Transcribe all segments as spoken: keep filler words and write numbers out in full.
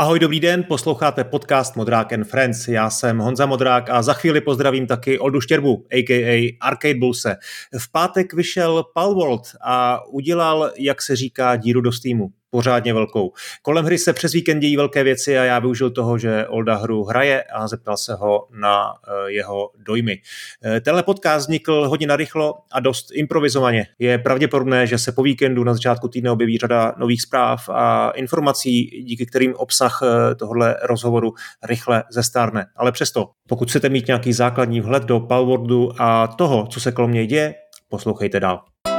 Ahoj, dobrý den, posloucháte podcast Modrák and Friends. Já jsem Honza Modrák a za chvíli pozdravím taky Oldu Štěrbu, a k a. Arcade Bullse. V pátek vyšel Palworld a udělal, jak se říká, díru do Steamu. Pořádně velkou. Kolem hry se přes víkend dějí velké věci a já využil toho, že Olda hru hraje a zeptal se ho na uh, jeho dojmy. Uh, tenhle podcast vznikl hodně narychlo a dost improvizovaně. Je pravděpodobné, že se po víkendu na začátku týdne objeví řada nových zpráv a informací, díky kterým obsah uh, tohohle rozhovoru rychle zestárne. Ale přesto, pokud chcete mít nějaký základní vhled do Palworldu a toho, co se kolem něj děje, poslouchejte dál.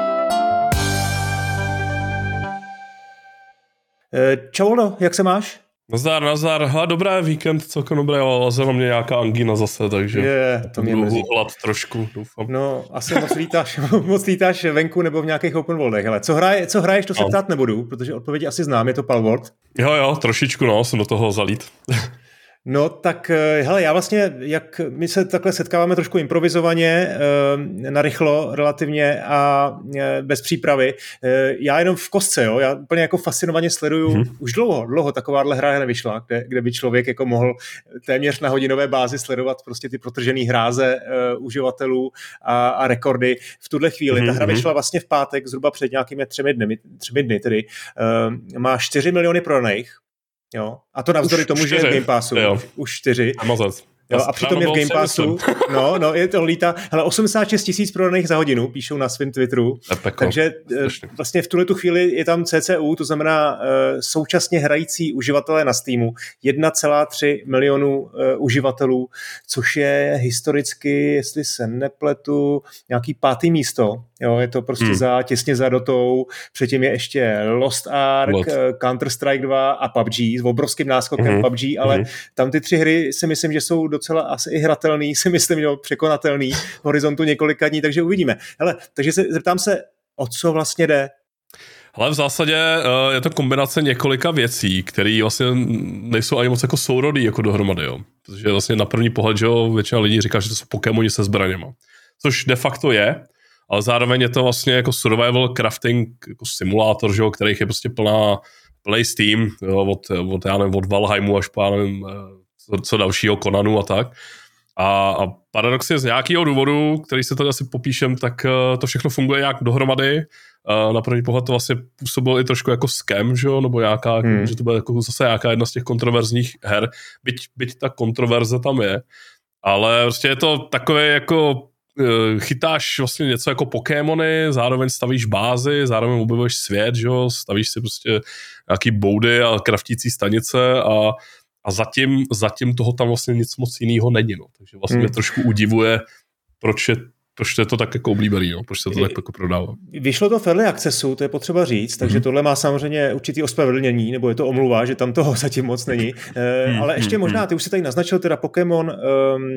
Čau, Oldo, jak se máš? Nazdar, nazdar, ha, dobré, víkend, celkem dobré, ale leze na mě nějaká angina zase, takže je, to mě budu hlad trošku, doufám. No, asi moc lítáš, moc lítáš venku nebo v nějakých open worldech, hele, co, hraje, co hraješ, to se no. ptát nebudu, protože odpovědi asi znám, je to Palworld. Jo, jo, trošičku, no, jsem do toho zalít. No tak, hele, já vlastně, jak my se takhle setkáváme trošku improvizovaně, narychlo relativně a bez přípravy, já jenom v kostce, jo, já úplně jako fascinovaně sleduju, hmm. už dlouho, dlouho takováhle hra nevyšla, kde, kde by člověk jako mohl téměř na hodinové bázi sledovat prostě ty protržený hráze uh, uživatelů a, a rekordy. V tuhle chvíli, hmm. ta hra vyšla vlastně v pátek, zhruba před nějakými třemi dny, třemi dny tedy, uh, má čtyři miliony prodaných. Jo. A to navzdory už tomu, čtyři. Že je v Game Passu. Jo. Už čtyři. Amazec. Jo, a přitom je v Game Passu, no, no, je to lítá, hele, osmdesát šest tisíc prodaných za hodinu, píšou na svém Twitteru, Epeko. Takže Strašně. vlastně v tuhle tu chvíli je tam C C U, to znamená uh, současně hrající uživatelé na Steamu, jedna celá tři milionu uh, uživatelů, což je historicky, jestli se nepletu, nějaký pátý místo, jo, je to prostě hmm. za, těsně za Dotou, předtím je ještě Lost Ark, Lot. Counter-Strike dva a P U B G, s obrovským náskokem hmm. P U B G, ale hmm. tam ty tři hry si myslím, že jsou docela asi i hratelný, si myslím, že překonatelný v horizontu několika dní, takže uvidíme. Hele, takže se zeptám se, o co vlastně jde? Ale v zásadě uh, je to kombinace několika věcí, které vlastně nejsou ani moc jako sourodý jako dohromady, jo. Protože vlastně na první pohled, že jo, většina lidí říká, že to jsou Pokémoni se zbraněma. Což de facto je, ale zároveň je to vlastně jako survival crafting jako simulátor, že jo, kterých je prostě plná, plný Steam, jo, od, od, já nevím, od Valheimu až po, já nevím, co, co dalšího, Conanu a tak. A, a paradoxně z nějakého důvodu, který se tady asi popíšem, tak uh, to všechno funguje nějak dohromady. Uh, na první pohled to vlastně působilo i trošku jako scam, že jo, nebo nějaká, hmm. že to bude jako zase nějaká jedna z těch kontroverzních her, byť, byť ta kontroverze tam je. Ale prostě je to takové jako uh, chytáš vlastně něco jako Pokémony, zároveň stavíš bázy, zároveň objevuješ svět, že jo, stavíš si prostě nějaký boudy a kraftící stanice a A zatím, zatím toho tam vlastně nic moc jiného není, no. Takže vlastně mě hmm. trošku udivuje, proč je, proč je to tak jako oblíbený, no. Proč se to tak jako prodává. Vyšlo to v Early Accessu, to je potřeba říct, takže mm-hmm. tohle má samozřejmě určitý ospravedlnění, nebo je to omluva, že tam toho zatím moc není. E, ale ještě možná, ty už si tady naznačil teda Pokémon um,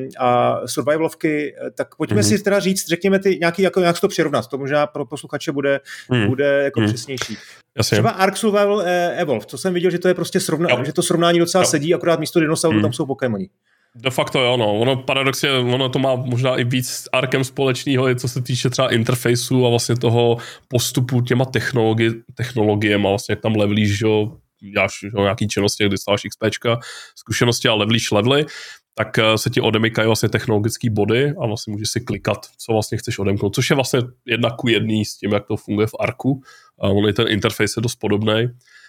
a survivalovky, tak pojďme mm-hmm. si teda říct, řekněme ty nějaký, jako nějak to přirovnat, to možná pro posluchače bude, mm. bude jako mm. přesnější. Jasně. Třeba Ark Survival Evolved, to jsem viděl, že to je prostě srovnání, že to srovnání docela jo. sedí, akorát místo dinosaurů mm. tam jsou Pokémoni. De facto jo, no. Ono paradoxně, ono to má možná i víc s Arkem společného, co se týče třeba interfejsu a vlastně toho postupu těma technologi- technologiemi a vlastně jak tam levelíš, že jo, děláš jo, nějaký činnosti, kdy stáváš XPčka, zkušenosti a levelíš levely, tak se ti odemykají vlastně technologické body a vlastně můžeš si klikat, co vlastně chceš odemknout, což je vlastně jedna ku jedný s tím, jak to funguje v Arku. A on i ten interfejs je dost podobný.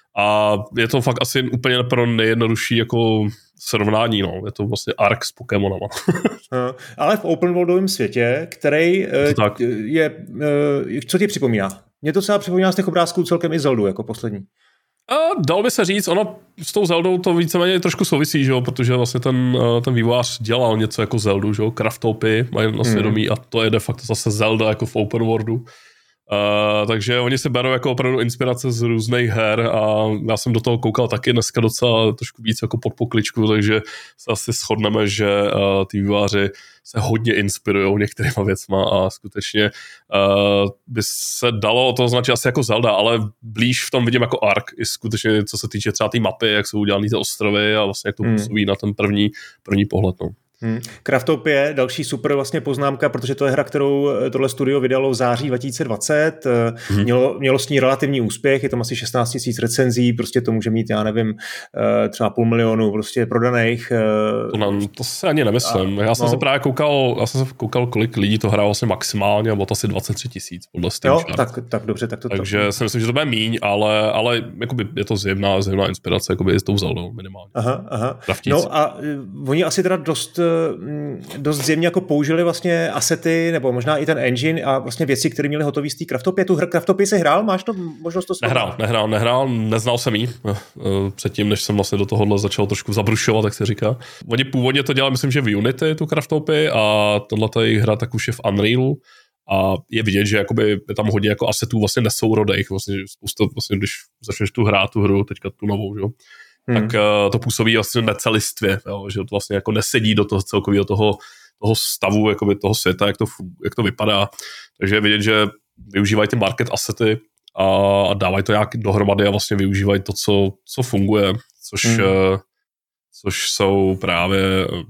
A je to fakt asi úplně pro nejjednodušší jako srovnání, no. Je to vlastně Ark s Pokémonama. no, ale v open worldovém světě, který uh, je, uh, co ti připomíná? Mě to třeba připomíná z těch obrázků celkem i Zeldu jako poslední. A dal by se říct, ono s tou Zeldou to víceméně trošku souvisí, že jo, protože vlastně ten, ten vývojář dělal něco jako Zeldu, že jo, Craftopy mají na svědomí hmm. a to je de facto zase Zelda jako v open worldu. Uh, takže oni se berou jako opravdu inspirace z různých her a já jsem do toho koukal taky dneska docela trošku víc jako pod pokličku, takže se asi shodneme, že uh, ty vývojáři se hodně inspirujou některýma věcma a skutečně uh, by se dalo to označit asi jako Zelda, ale blíž v tom vidím jako Ark, i skutečně co se týče třeba té mapy, jak jsou udělané ty ostrovy a vlastně jak to působí hmm. na ten první, první pohled. No. Hmm. Craftopia, další super vlastně poznámka, protože to je hra, kterou tohle studio vydalo v září dva tisíce dvacet. Hmm. Mělo, mělo s ní relativní úspěch, je tam asi šestnáct tisíc recenzí, prostě to může mít, já nevím, třeba půl milionu prostě prodaných. To, nám, to si ani nemyslím. A, já jsem no. se právě koukal, já jsem se koukal, kolik lidí to hrálo vlastně maximálně, a bylo to asi dvacet tři tisíc podle Steam Jo, tak, tak dobře, tak to Takže to... si myslím, že to bude míň, ale, ale jakoby je to zjevná, zjevná inspirace, jakoby s tou Zeldou minimálně. Aha, aha. No a oni asi teda dost dost zjevně jako použili vlastně asety, nebo možná i ten engine a vlastně věci, které měly hotový z té Craftopie. Tu Craftopii si hrál? Máš to možnost to sledovat? Nehrál, nehrál, nehrál, neznal jsem jí předtím, než jsem vlastně do tohohle začal trošku zabrušovat, tak se říká. Oni původně to dělali, myslím, že v Unity, tu Craftopii, a tohle jejich hra tak už je v Unrealu. A je vidět, že jakoby je tam hodně jako asetů vlastně nesourodejch, vlastně spousta, vlastně když začneš tu hrát, tu hru, teďka tu novou, že? Hmm. tak uh, to působí vlastně necelistvě, jo, že to vlastně jako nesedí do toho celkového toho, toho stavu, jakoby toho světa, jak to, jak to vypadá. Takže je vidět, že využívají ty market assety a, a dávají to nějak dohromady a vlastně využívají to, co, co funguje, což, hmm. uh, což jsou právě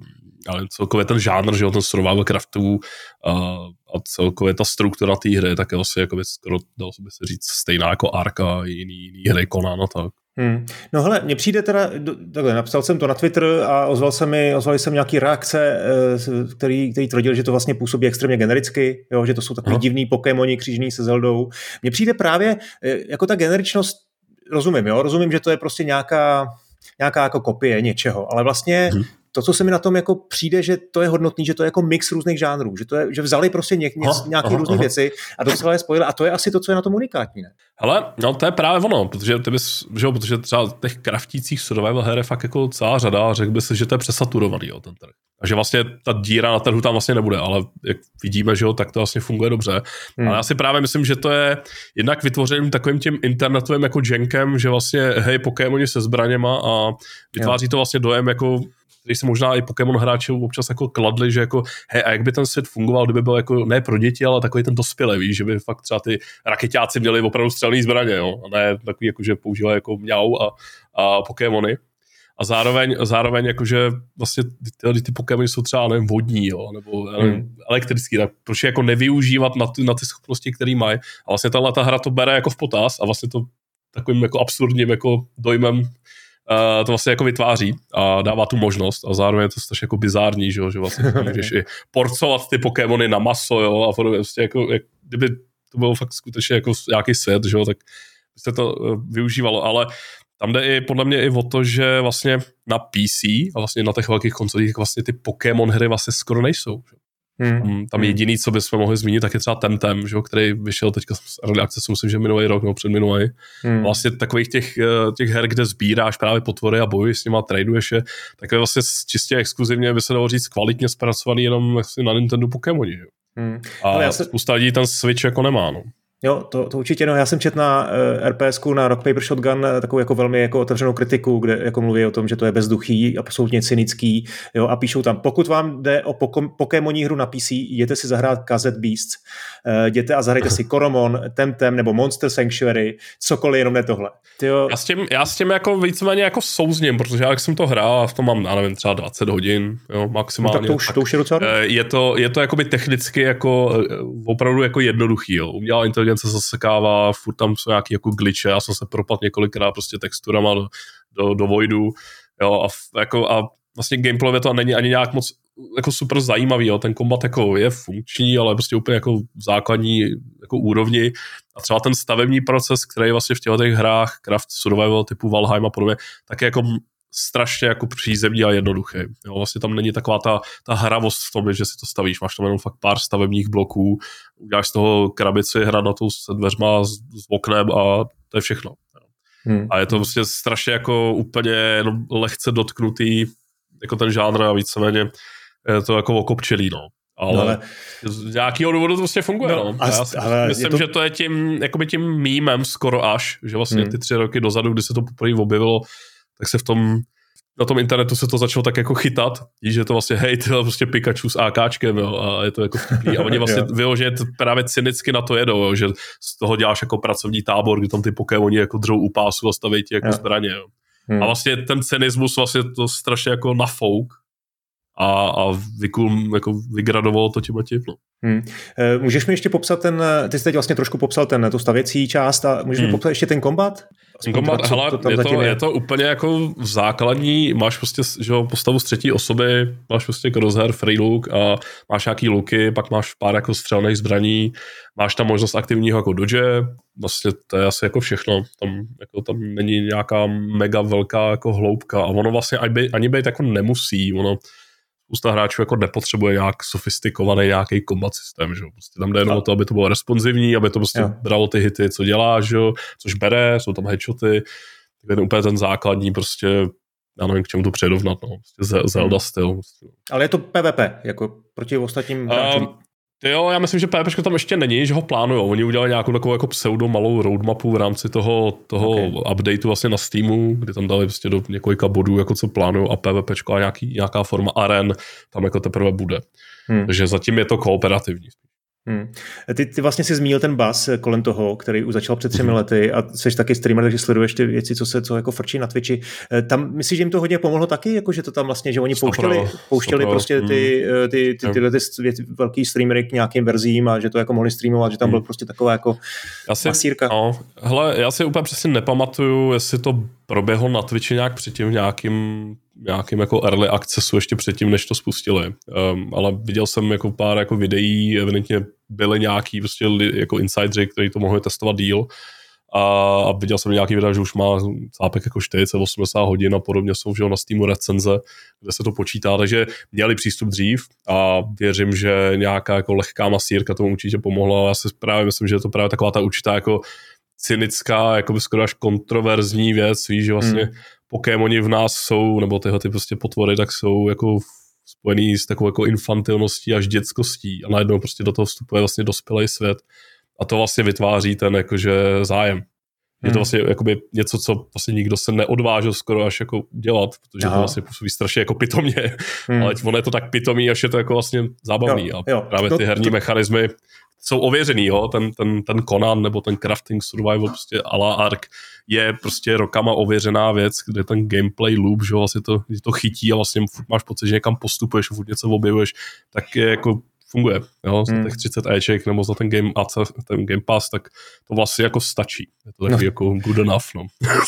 ale celkově ten žánr, že jo, ten survival craftů a, a celkově ta struktura té hry, tak je vlastně jako skoro, dalo by se říct, stejná jako Ark a jiný, jiný hry Conan a tak. Hmm. No hele, mně přijde teda, takhle, napsal jsem to na Twitter a ozval se mi, ozvali se mi nějaký reakce, který, který tvrdil, že to vlastně působí extrémně genericky, jo, že to jsou takový divný Pokémoni křížný se Zeldou. Mně přijde právě jako ta generičnost, rozumím, jo, rozumím, že to je prostě nějaká, nějaká jako kopie něčeho, ale vlastně hmm. to, co se mi na tom jako přijde, že to je hodnotný, že to je jako mix různých žánrů, že to je, že vzali prostě něk, něk, nějaké různé věci a docela je spojili a to je asi to, co je na tom unikátní, ne? Hele, no to je právě ono, protože ty bys, že jo, protože třeba těch kraftících survival her je fakt jako celá řada a řekl by si, že to je přesaturovaný, jo, ten trh. A že vlastně ta díra na trhu tam vlastně nebude, ale jak vidíme, že jo, tak to vlastně funguje dobře. Hmm. Ale já si právě myslím, že to je jednak vytvořeným takovým tím internetovým jako dženkem, že vlastně hej, Pokémoni se zbraněma a vytváří jo. to vlastně dojem jako když se možná i Pokémon hráči občas jako kladli, že jako hej, a jak by ten svět fungoval, kdyby byl jako ne pro děti, ale takový ten dospělý, víš, že by fakt třeba ty rakeťáci měli opravdu střelný zbraně, jo, a ne takový jako, že používají jako mňau a, a Pokémony. A zároveň, zároveň jakože vlastně ty, ty Pokémony jsou třeba, nevím, vodní, jo, nebo nevím, hmm. elektrický, tak proč je jako nevyužívat na ty, na ty schopnosti, které mají. A vlastně tahle ta hra to bere jako v potaz a vlastně to takovým jako absurdním jako dojmem Uh, to vlastně jako vytváří a dává tu možnost a zároveň je to strašně jako bizární, že, že vlastně můžeš i porcovat ty Pokémony na maso, jo, a podobně, vlastně jako, jak, kdyby to bylo fakt skutečně jako nějaký svět, že, tak by se to uh, využívalo, ale tam jde i podle mě i o to, že vlastně na P C a vlastně na těch velkých konzolích vlastně ty Pokémon hry vlastně skoro nejsou, že? Hmm. Tam jediný, co bychom mohli zmínit, tak je třeba Temtem, že, který vyšel teďka z early accessu, myslím, že minulý rok nebo předminulý. Hmm. Vlastně takových těch, těch her, kde sbíráš právě potvory a bojuješ s nima, traduješ je, tak je vlastně čistě exkluzivně, by se dalo říct, kvalitně zpracovaný jenom na Nintendo Pokémoni. Že? Hmm. A se... spousta lidí ten Switch jako nemá, no. Jo, to, to určitě, no, já jsem četl na uh, RPSku, na Rock Paper Shotgun takovou jako velmi jako otevřenou kritiku, kde jako mluví o tom, že to je bezduchý, absolutně cynický, jo, a píšou tam, pokud vám jde o poko- Pokémoní hru na P C, jděte si zahrát Cassette Beasts, uh, jděte a zahrajte si Coromon, Temtem nebo Monster Sanctuary, cokoliv, jenom ne tohle. Tyjo. Já s tím, já s tím jako víceméně jako souzním, protože já jak jsem to hrál a v tom mám, já nevím, třeba dvacet hodin, jo, maximálně. No, tak to už, to už je docela uh, je to, je to jakoby technicky jako uh, opravdu jako jednoduchý, jo, umělá inteligence se zasekává, furt tam jsou nějaký jako glitche, já jsem se propadl několikrát prostě texturama do, do, do voidu, jo, a, f, jako, a vlastně gameplayově to není ani nějak moc jako super zajímavý, jo, ten kombat jako je funkční, ale prostě úplně jako v základní jako úrovni a třeba ten stavební proces, který je vlastně v těchto těch hrách Craft Survival typu Valheim a podobně, tak je jako strašně jako přízemní a jednoduchý. Jo, vlastně tam není taková ta, ta hravost v tom, že si to stavíš. Máš tam jenom fakt pár stavebních bloků, uděláš z toho krabici hranatou se dveřma, s, s oknem a to je všechno. Hmm. A je to vlastně strašně jako úplně jenom lehce dotknutý jako ten žánr a víceméně je to jako okopčilý, no. Ale, no ale z nějakého důvodu to vlastně funguje, no. no. A já si ale myslím, to... že to je tím, jakoby tím mýmem skoro až, že vlastně hmm. ty tři roky dozadu, kdy se to poprvé objevilo, tak se v tom, na tom internetu se to začalo tak jako chytat, že je to vlastně hej, to je prostě Pikachu s AKčkem, jo, a je to jako vtipný. A oni vlastně vyloženě právě cynicky na to jedou, jo, že z toho děláš jako pracovní tábor, kdy tam ty Pokémoni jako dřou u pásu a staví ti jako jo. zbraně, jo. Hmm. A vlastně ten cynismus vlastně to strašně jako nafouk a, a vykul, jako vygradoval to těma tím. No. Hmm. Můžeš mi ještě popsat ten, ty jsi teď vlastně trošku popsal ten, tu stavěcí část a můžeš hmm. mi popsat ještě ten kombat? Ten kombat, hele, to je, to, je. je to úplně jako základní, máš prostě že, postavu z třetí osoby, máš prostě crosshair, free look a máš nějaký luky, pak máš pár jako střelných zbraní, máš tam možnost aktivního jako dodge, vlastně to je asi jako všechno, tam, jako, tam není nějaká mega velká jako hloubka a ono vlastně ani být jako nemusí, ono spousta hráčů jako nepotřebuje nějak sofistikovaný nějaký combat systém, že jo. Prostě tam jde jenom o to, aby to bylo responsivní, aby to prostě jo. bralo ty hity, co dělá, že jo, což bere, jsou tam headshoty, tak je úplně ten základní prostě, já nevím, k čemu to přirovnat, no, prostě Zelda styl. Prostě. Ale je to PvP, jako proti ostatním hráčům? Uh, Jo, já myslím, že PvPčko tam ještě není, že ho plánujou. Oni udělali nějakou takovou jako pseudo malou roadmapu v rámci toho, toho okay. updateu vlastně na Steamu, kdy tam dali prostě do několika bodů, jako co plánujou a PvPčko a nějaký, nějaká forma aren tam jako teprve bude. Hmm. Takže zatím je to kooperativní. Hmm. Ty, ty vlastně si zmínil ten buzz kolem toho, který už začal před třemi hmm. lety a jsi taky streamer, takže sleduješ ty věci, co se co jako frčí na Twitchi. Tam myslíš, že jim to hodně pomohlo taky, jako že to tam vlastně, že oni pouštěli, pouštěli prostě ty, ty, ty, tyhle ty věci, velký streamery k nějakým verzím a že to jako mohli streamovat, že tam byl prostě taková jako si, masírka. No, hele, já si úplně přesně nepamatuju, jestli to proběhlo na Twitchi nějak předtím v nějakým nějakým jako early accessu ještě předtím, než to spustili. Um, ale viděl jsem jako pár jako videí, evidentně byly nějaký prostě jako insideri, kteří to mohli testovat díl a, a viděl jsem nějaký video, že už má zápek jako čtyřicet osmdesát hodin a podobně jsou že na Steamu recenze, kde se to počítá, takže měli přístup dřív a věřím, že nějaká jako lehká masírka tomu určitě pomohla. Já si právě myslím, že je to právě taková ta určitá jako cynická, jako by skoro až kontroverzní věc, víš, že vlastně hmm. Pokémoni v nás jsou, nebo tyhle ty prostě potvory, tak jsou jako spojený s takovou jako infantilností až dětskostí a najednou prostě do toho vstupuje vlastně dospělý svět a to vlastně vytváří ten jakože zájem. Hmm. Je to vlastně jakoby něco, co vlastně nikdo se neodvážil skoro až jako dělat, protože Aha. to vlastně působí strašně jako pitomně, hmm. ale ono je to tak pitomý, až je to jako vlastně zábavný jo, jo. a právě ty herní to... mechanismy jsou ověřený, jo, ten, ten, ten Conan nebo ten crafting survival prostě a la Ark je prostě rokama ověřená věc, kde ten gameplay loop, že vlastně to, to chytí a vlastně máš pocit, že někam postupuješ, furt něco objevuješ, tak je jako funguje, jo, za hmm. těch třicet éček nebo za ten game, a ten game pass, tak to vlastně jako stačí. Je to takový no. jako good enough, no.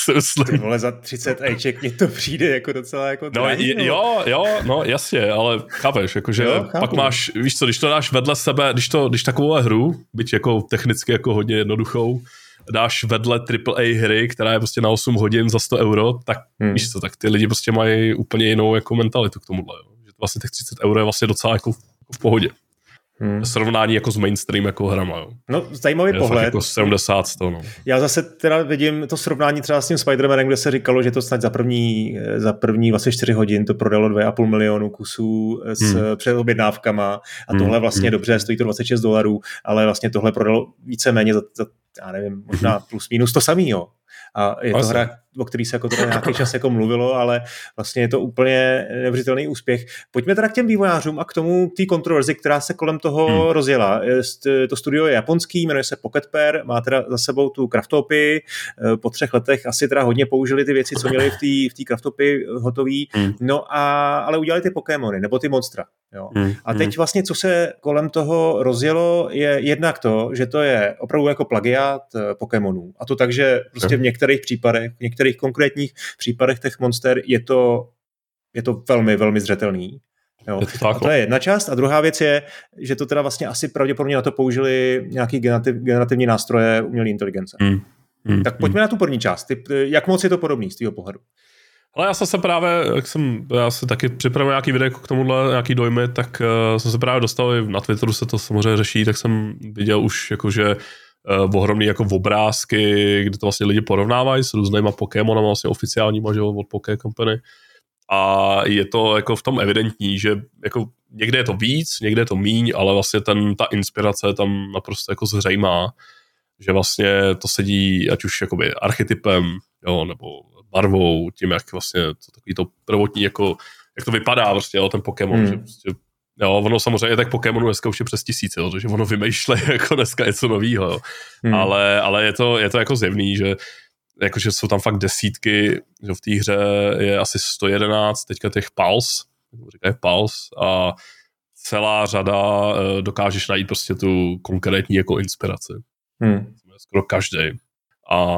Ty vole, za třicet éček mně to přijde jako docela jako no, drahý, je, jo, jo, no jasně, ale chápeš, jakože jo, pak máš, víš co, když to dáš vedle sebe, když to, když takovou hru, byť jako technicky jako hodně jednoduchou, dáš vedle triple A hry, která je prostě na osm hodin za sto euro, tak hmm. víš co, tak ty lidi prostě mají úplně jinou jako mentalitu k tomuhle, jo. Že vlastně těch třicet euro je vlastně docela jako v, jako v pohodě. Hmm. Srovnání jako s mainstream jako hrama, jo. No, zajímavý je pohled. Jako sedmdesát sto, no. Já zase teda vidím to srovnání třeba s tím Spider-Manem, kde se říkalo, že to snad za první, za první vlastně čtyři hodin to prodalo dva a půl milionu kusů s hmm. předobjednávkama a tohle vlastně hmm. dobře, stojí to dvacet šest dolarů, ale vlastně tohle prodalo víceméně za, za já nevím, možná hmm. plus minus to samý, jo. A je to hra, o který se jako teda nějaký čas jako mluvilo, ale vlastně je to úplně neuvěřitelný úspěch. Pojďme teda k těm vývojářům a k tomu té kontroverzi, která se kolem toho hmm. rozjela. To studio je japonský, jmenuje se Pocket Pair, má teda za sebou tu Craftopii, po třech letech asi teda hodně použili ty věci, co měli v té v té Craftopii hotový, hmm. no a, ale udělali ty Pokémony, nebo ty monstra. Jo. Hmm. A teď vlastně, co se kolem toho rozjelo, je jednak to, že to je opravdu jako plagiát Pokémonů. A to tak, že prostě v některých případech, v některých konkrétních případech těch monster je to, je to velmi, velmi zřetelný. Jo. To a to je jedna část. A druhá věc je, že to teda vlastně asi pravděpodobně na to použili nějaký generativ, generativní nástroje umělé inteligence. Hmm. Hmm. Tak pojďme hmm. na tu první část. Ty, jak moc je to podobný z tvého pohledu? Ale já jsem se právě, jak jsem, já se taky připravil nějaký video k tomuhle, nějaký dojmy, tak uh, jsem se právě dostal, na Twitteru se to samozřejmě řeší, tak jsem viděl už jakože uh, ohromný jako obrázky, kde to vlastně lidi porovnávají s různýma Pokémonama, vlastně oficiálníma, že jo, od Poké Company. A je to jako v tom evidentní, že jako někde je to víc, někde je to míň, ale vlastně ten, ta inspirace je tam naprosto jako zřejmá, že vlastně to sedí ať už jakoby archetypem, jo, nebo barvou, tím, jak vlastně to takový to prvotní, jako, jak to vypadá prostě, jo, ten Pokémon, hmm. že prostě, jo, ono samozřejmě tak Pokémonů dneska už je přes tisíc, jo, takže ono vymýšlí jako dneska něco novýho, jo. Hmm. Ale, ale je to, je to jako zjevný, že jakože jsou tam fakt desítky, že v té hře je asi sto jedenáct teďka těch Pulse, říkají Pulse a celá řada uh, dokážeš najít prostě tu konkrétní jako inspiraci. Hmm. Skoro každý. A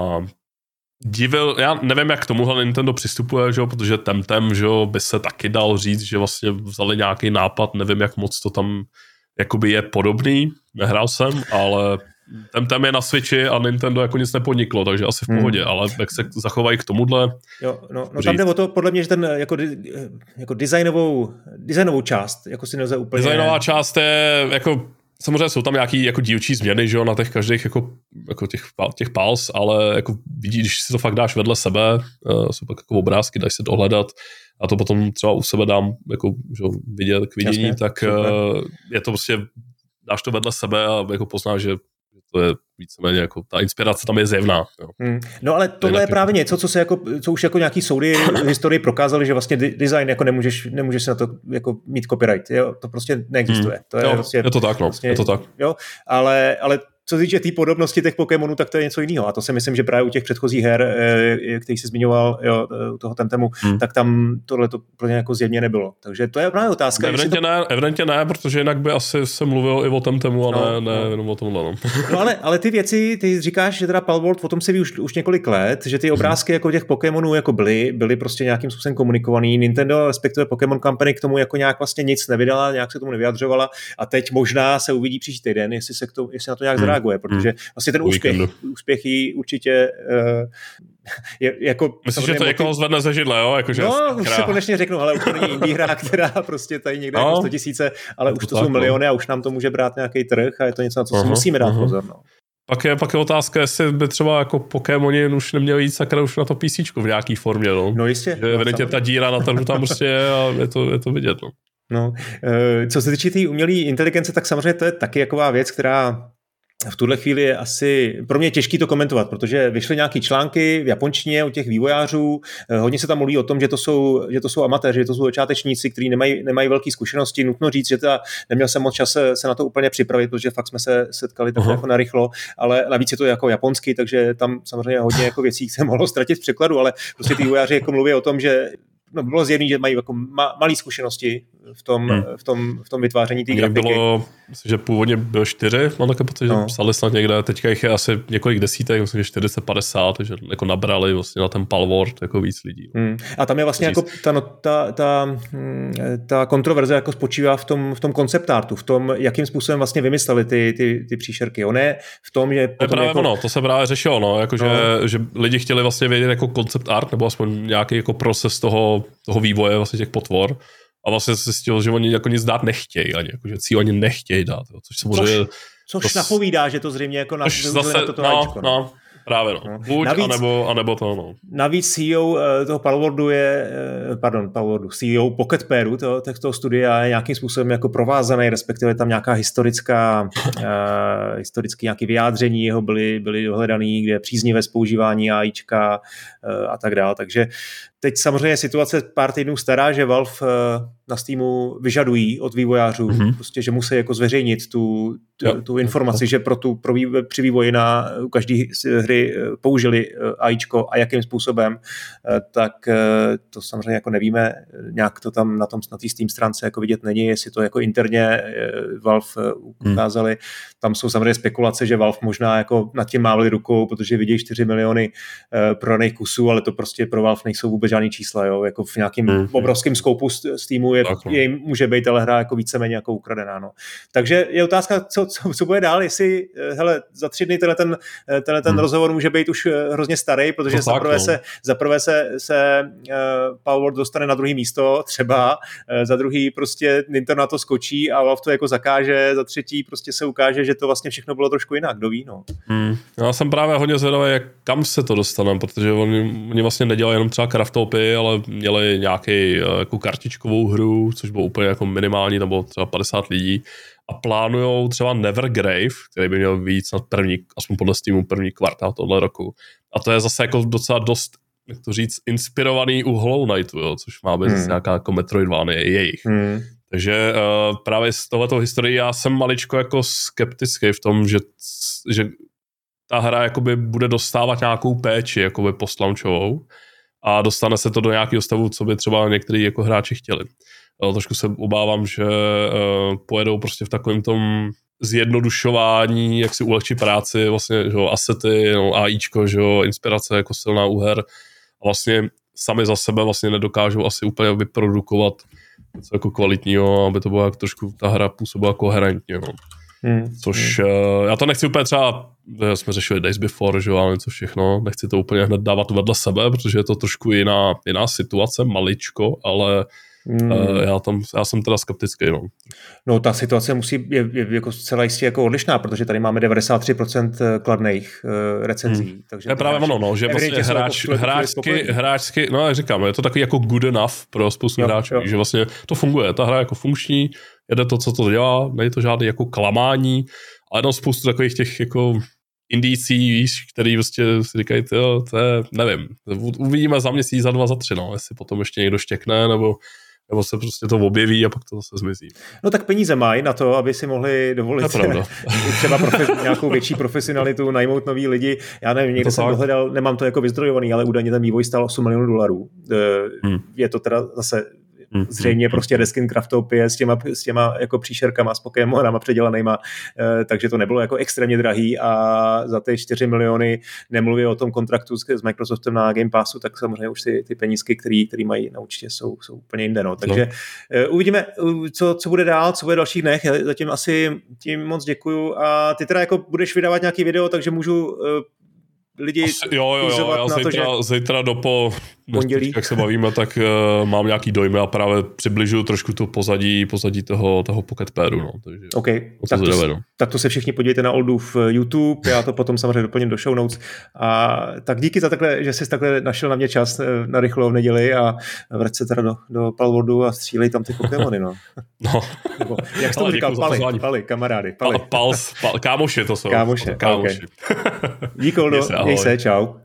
divil, já nevím, jak k tomuhle Nintendo přistupuje, že jo, protože Temtem, že jo, by se taky dal říct, že vlastně vzali nějaký nápad, nevím, jak moc to tam jakoby je podobný, nehrál jsem, ale Temtem je na Switchi a Nintendo jako nic nepodniklo, takže asi v pohodě, hmm. ale jak se zachovají k tomuhle. Jo, no, no tam jde o to, podle mě, že ten jako, jako designovou, designovou část, jako si nelze úplně... Designová část je, jako, samozřejmě jsou tam nějaký jako dílčí změny, že jo, na těch každých jako, jako těch, těch pals, ale jako vidíš, když si to fakt dáš vedle sebe, uh, jsou pak jako obrázky, dáš se dohledat a to potom třeba u sebe dám jako, že jo, vidět k vidění, jasně, tak uh, je to prostě, dáš to vedle sebe a jako poznáš, že to je víceméně jako, ta inspirace tam je zjevná. Jo. Hmm. No ale tohle je, je právě něco, co se jako, co už jako nějaký soudy v historii prokázali, že vlastně design jako nemůžeš, nemůžeš se na to jako mít copyright, jo, to prostě neexistuje. Hmm. To je, jo, vlastně, je to tak, no, vlastně, je to tak. Jo, ale, ale co se týče té tý podobnosti těch Pokémonů, tak to je něco jiného. A to si myslím, že právě u těch předchozích her, který jsi zmiňoval, jo, u toho Temtemu, hmm. tak tam tohle to úplně jako zjevně nebylo. Takže to je právě otázka. Evidentně, to... ne, evidentně ne, protože jinak by asi se mluvil i o Temtemu a no, ne, ne jenom o tomhle. No, no ale, ale ty věci, ty říkáš, že teda Palworld, o tom se ví už, už několik let, že ty obrázky jako těch Pokémonů jako byly, byly prostě nějakým způsobem komunikovaný. Nintendo, respektive Pokémon Company k tomu jako nějak vlastně nic nevydala, nějak se tomu nevyjadřovala a teď možná se uvidí příští týden, jestli se k tomu, jestli na to nějak hmm. reaguje, protože vlastně ten úspěch, úspěch jí určitě uh, je jako... Myslíš, že to někoho zvedne ze židle, jo? Jako, že no, už se konečně řeknu, ale už to není indie hra, která prostě tady někde no, jako sto tisíce, ale už to, to jsou tak, miliony a už nám to může brát nějaký trh a je to něco, na co uh-huh, si musíme dát uh-huh. pozor. No. Pak je, pak je otázka, jestli by třeba jako Pokémoni už neměli jít sakra už na to PCčko v nějaký formě, no. No jistě. Že evidentně ta díra na trhu tam prostě je a je to, je to vidět, no. No, co se týče té umělé inteligence, tak samozřejmě to je taky jaková věc, která v tuhle chvíli je asi pro mě těžký to komentovat, protože vyšly nějaký články v japonštině o těch vývojářů, hodně se tam mluví o tom, že to jsou, že to jsou amatéři, že to jsou začátečníci, kteří nemají, nemají velké zkušenosti. Nutno říct, že ta, neměl jsem moc čas se, se na to úplně připravit, protože fakt jsme se setkali tak jako narychlo, ale navíc je to jako japonsky, takže tam samozřejmě hodně jako věcí se mohlo ztratit v překladu, ale prostě ty vývojáři jako mluví o tom, že no, bylo zjevný, že mají jako ma, malé zkušenosti v tom, hmm. v tom, v tom vytváření té grafiky. Bylo, myslím, že původně bylo čtyři, mám také pocit, no. že psali snad někde, teďka jich je asi několik desítek, myslím, že čtyřicet padesát, takže jako nabrali vlastně na ten Palworld jako víc lidí. Hmm. A tam je vlastně jako ta, no, ta, ta, ta kontroverze jako spočívá v tom, v tom concept artu, v tom, jakým způsobem vlastně vymysleli ty, ty, ty příšerky. On je v tom, že... To je právě jako... ono, to se právě řešilo, no, jako no. Že, že lidi chtěli vlastně vědět jako concept art, nebo aspoň nějaký jako proces toho, toho vývoje vlastně těch potvor. A vlastně se zjistilo, že oni jako nic dát nechtějí, ani, jako, že si oni nechtějí dát. Jo, což samozřejmě... Což, což to, napovídá, že to zřejmě jako na, zase, na toto no, háčko, no. no, právě no. no. Buď, navíc, anebo, anebo to, no. Navíc C E O toho Palworldu je, pardon, Palworldu, C E O Pocket Pairu, toho, toho studia je nějakým způsobem jako provázaný, respektive tam nějaká historická, uh, historické nějaké vyjádření jeho byly, byly dohledaný, kde je příznivé z používání AIčka uh, a tak dále, takže teď samozřejmě je situace pár týdnů stará, že Valve uh, na Steamu vyžadují od vývojářů, mm-hmm. prostě, že musí jako zveřejnit tu, tu, tu informaci, že pro tu, pro vývoj, při vývoji na každé hry použili AIčko a jakým způsobem, tak to samozřejmě jako nevíme, nějak to tam na tom na té Steam stránce jako vidět není, jestli to jako interně Valve ukázali. Hmm. Tam jsou samozřejmě spekulace, že Valve možná jako nad tím mávli rukou, protože vidí čtyři miliony prodaných kusů, ale to prostě pro Valve nejsou vůbec žádný čísla, jo? Jako v nějakém hmm. obrovském skoupu Steamu je, je, může být ale hra jako víceméně jako ukradená. No. Takže je otázka, co, co, co bude dál, jestli hele, za tři dny tenhle ten, tenhle ten hmm. rozhovor může být už hrozně starý, protože zaprvé se, zaprvé se, se uh, Palworld dostane na druhý místo třeba, uh, za druhý prostě Nintendo na to skočí a Valve to jako zakáže, za třetí prostě se ukáže, že to vlastně všechno bylo trošku jinak, kdo ví, no. Hmm. Já jsem právě hodně zvědavý, jak kam se to dostane, protože oni, oni vlastně nedělají jenom třeba craftopy, ale měli nějaký uh, jako kartičkovou hru, což bylo úplně jako minimální, nebo třeba padesát lidí. A plánujou třeba Nevergrave, který by měl víc na první, aspoň podle Steamu, první kvartál tohle roku. A to je zase jako docela dost, jak to říct, inspirovaný u Hollow Knightu, jo, což má být hmm. nějaká jako Metroidvania jejich. Hmm. Takže uh, právě z tohleto historii já jsem maličko jako skeptický v tom, že, že ta hra jakoby bude dostávat nějakou péči jakoby post-launchovou. a dostane se to do nějakého stavu, co by třeba některý jako hráči chtěli. Trošku se obávám, že pojedou prostě v takovém tom zjednodušování, jak si ulehčí práci, vlastně, že jo, asety, no, AIčko, že jo, inspirace jako silná u her a vlastně sami za sebe vlastně nedokážou asi úplně vyprodukovat něco jako kvalitního, aby to bylo jak trošku ta hra působila koherentně, no. Hmm. Což hmm. Uh, já to nechci úplně třeba, jsme řešili Days Before, že jo, ale něco všechno, nechci to úplně hned dávat vedle sebe, protože je to trošku jiná, jiná situace, maličko, ale Hmm. Uh, já, tam, já jsem teda skeptický. No. no ta situace musí je, je jako zcela jistě jako odlišná, protože tady máme devadesát tři procent kladných uh, recenzí. Hmm. Takže je právě ono, no, že vlastně hráč, jako hráčsky, hráčsky, no jak říkám, je to takový jako good enough pro spoustu jo, hráčů, jo. že vlastně to funguje, ta hra jako funkční, jede to, co to dělá, není to žádný jako klamání, ale jenom spoustu takových těch jako indicí, víš, který prostě si říkají, to, to je, nevím, uvidíme za měsíc, za dva, za tři, no, jestli potom ještě někdo štěkne, nebo nebo se prostě to objeví a pak to zase zmizí. No tak peníze mají na to, aby si mohli dovolit třeba profe- nějakou větší profesionalitu, najmout nový lidi. Já nevím, někde jsem dohledal, nemám to jako vyzdrojovaný, ale údajně ten vývoj stál osm milionů dolarů. Hmm. Je to teda zase Hmm. zřejmě prostě Reskin Craftopie s těma, s těma jako příšerkama, s Pokémonama předělanejma, eh, takže to nebylo jako extrémně drahý a za ty čtyři miliony nemluví o tom kontraktu s, s Microsoftem na Game Passu, tak samozřejmě už ty, ty penízky, který, který mají na účtě, jsou, jsou úplně jinde. No. Takže no. Eh, uvidíme, co, co bude dál, co bude v dalších dnech. Já zatím asi tím moc děkuju a ty teda jako budeš vydávat nějaký video, takže můžu eh, lidi Asi, jo, jo, jo, já zítra, to, že... zítra do po, pondělí, jak se bavíme, tak uh, mám nějaký dojmy a právě přibližuju trošku to pozadí, pozadí toho, toho Pocket Pairu, no. Takže, OK, tak to, to, tak to se všichni podívejte na Oldův YouTube, já to potom samozřejmě doplním do show notes. A tak díky za takhle, že jsi takhle našel na mě čas na rychlo v neděli a vrať se teda do, do Palworldu a střílej tam ty Pokémony, no. No. Nebo, jak jsi to říkal, pali, pali, kamarády, pali. Pals, pal, kámoši to jsou. Kámoši, kámoši. Okay. Díky, no, měj se, čau.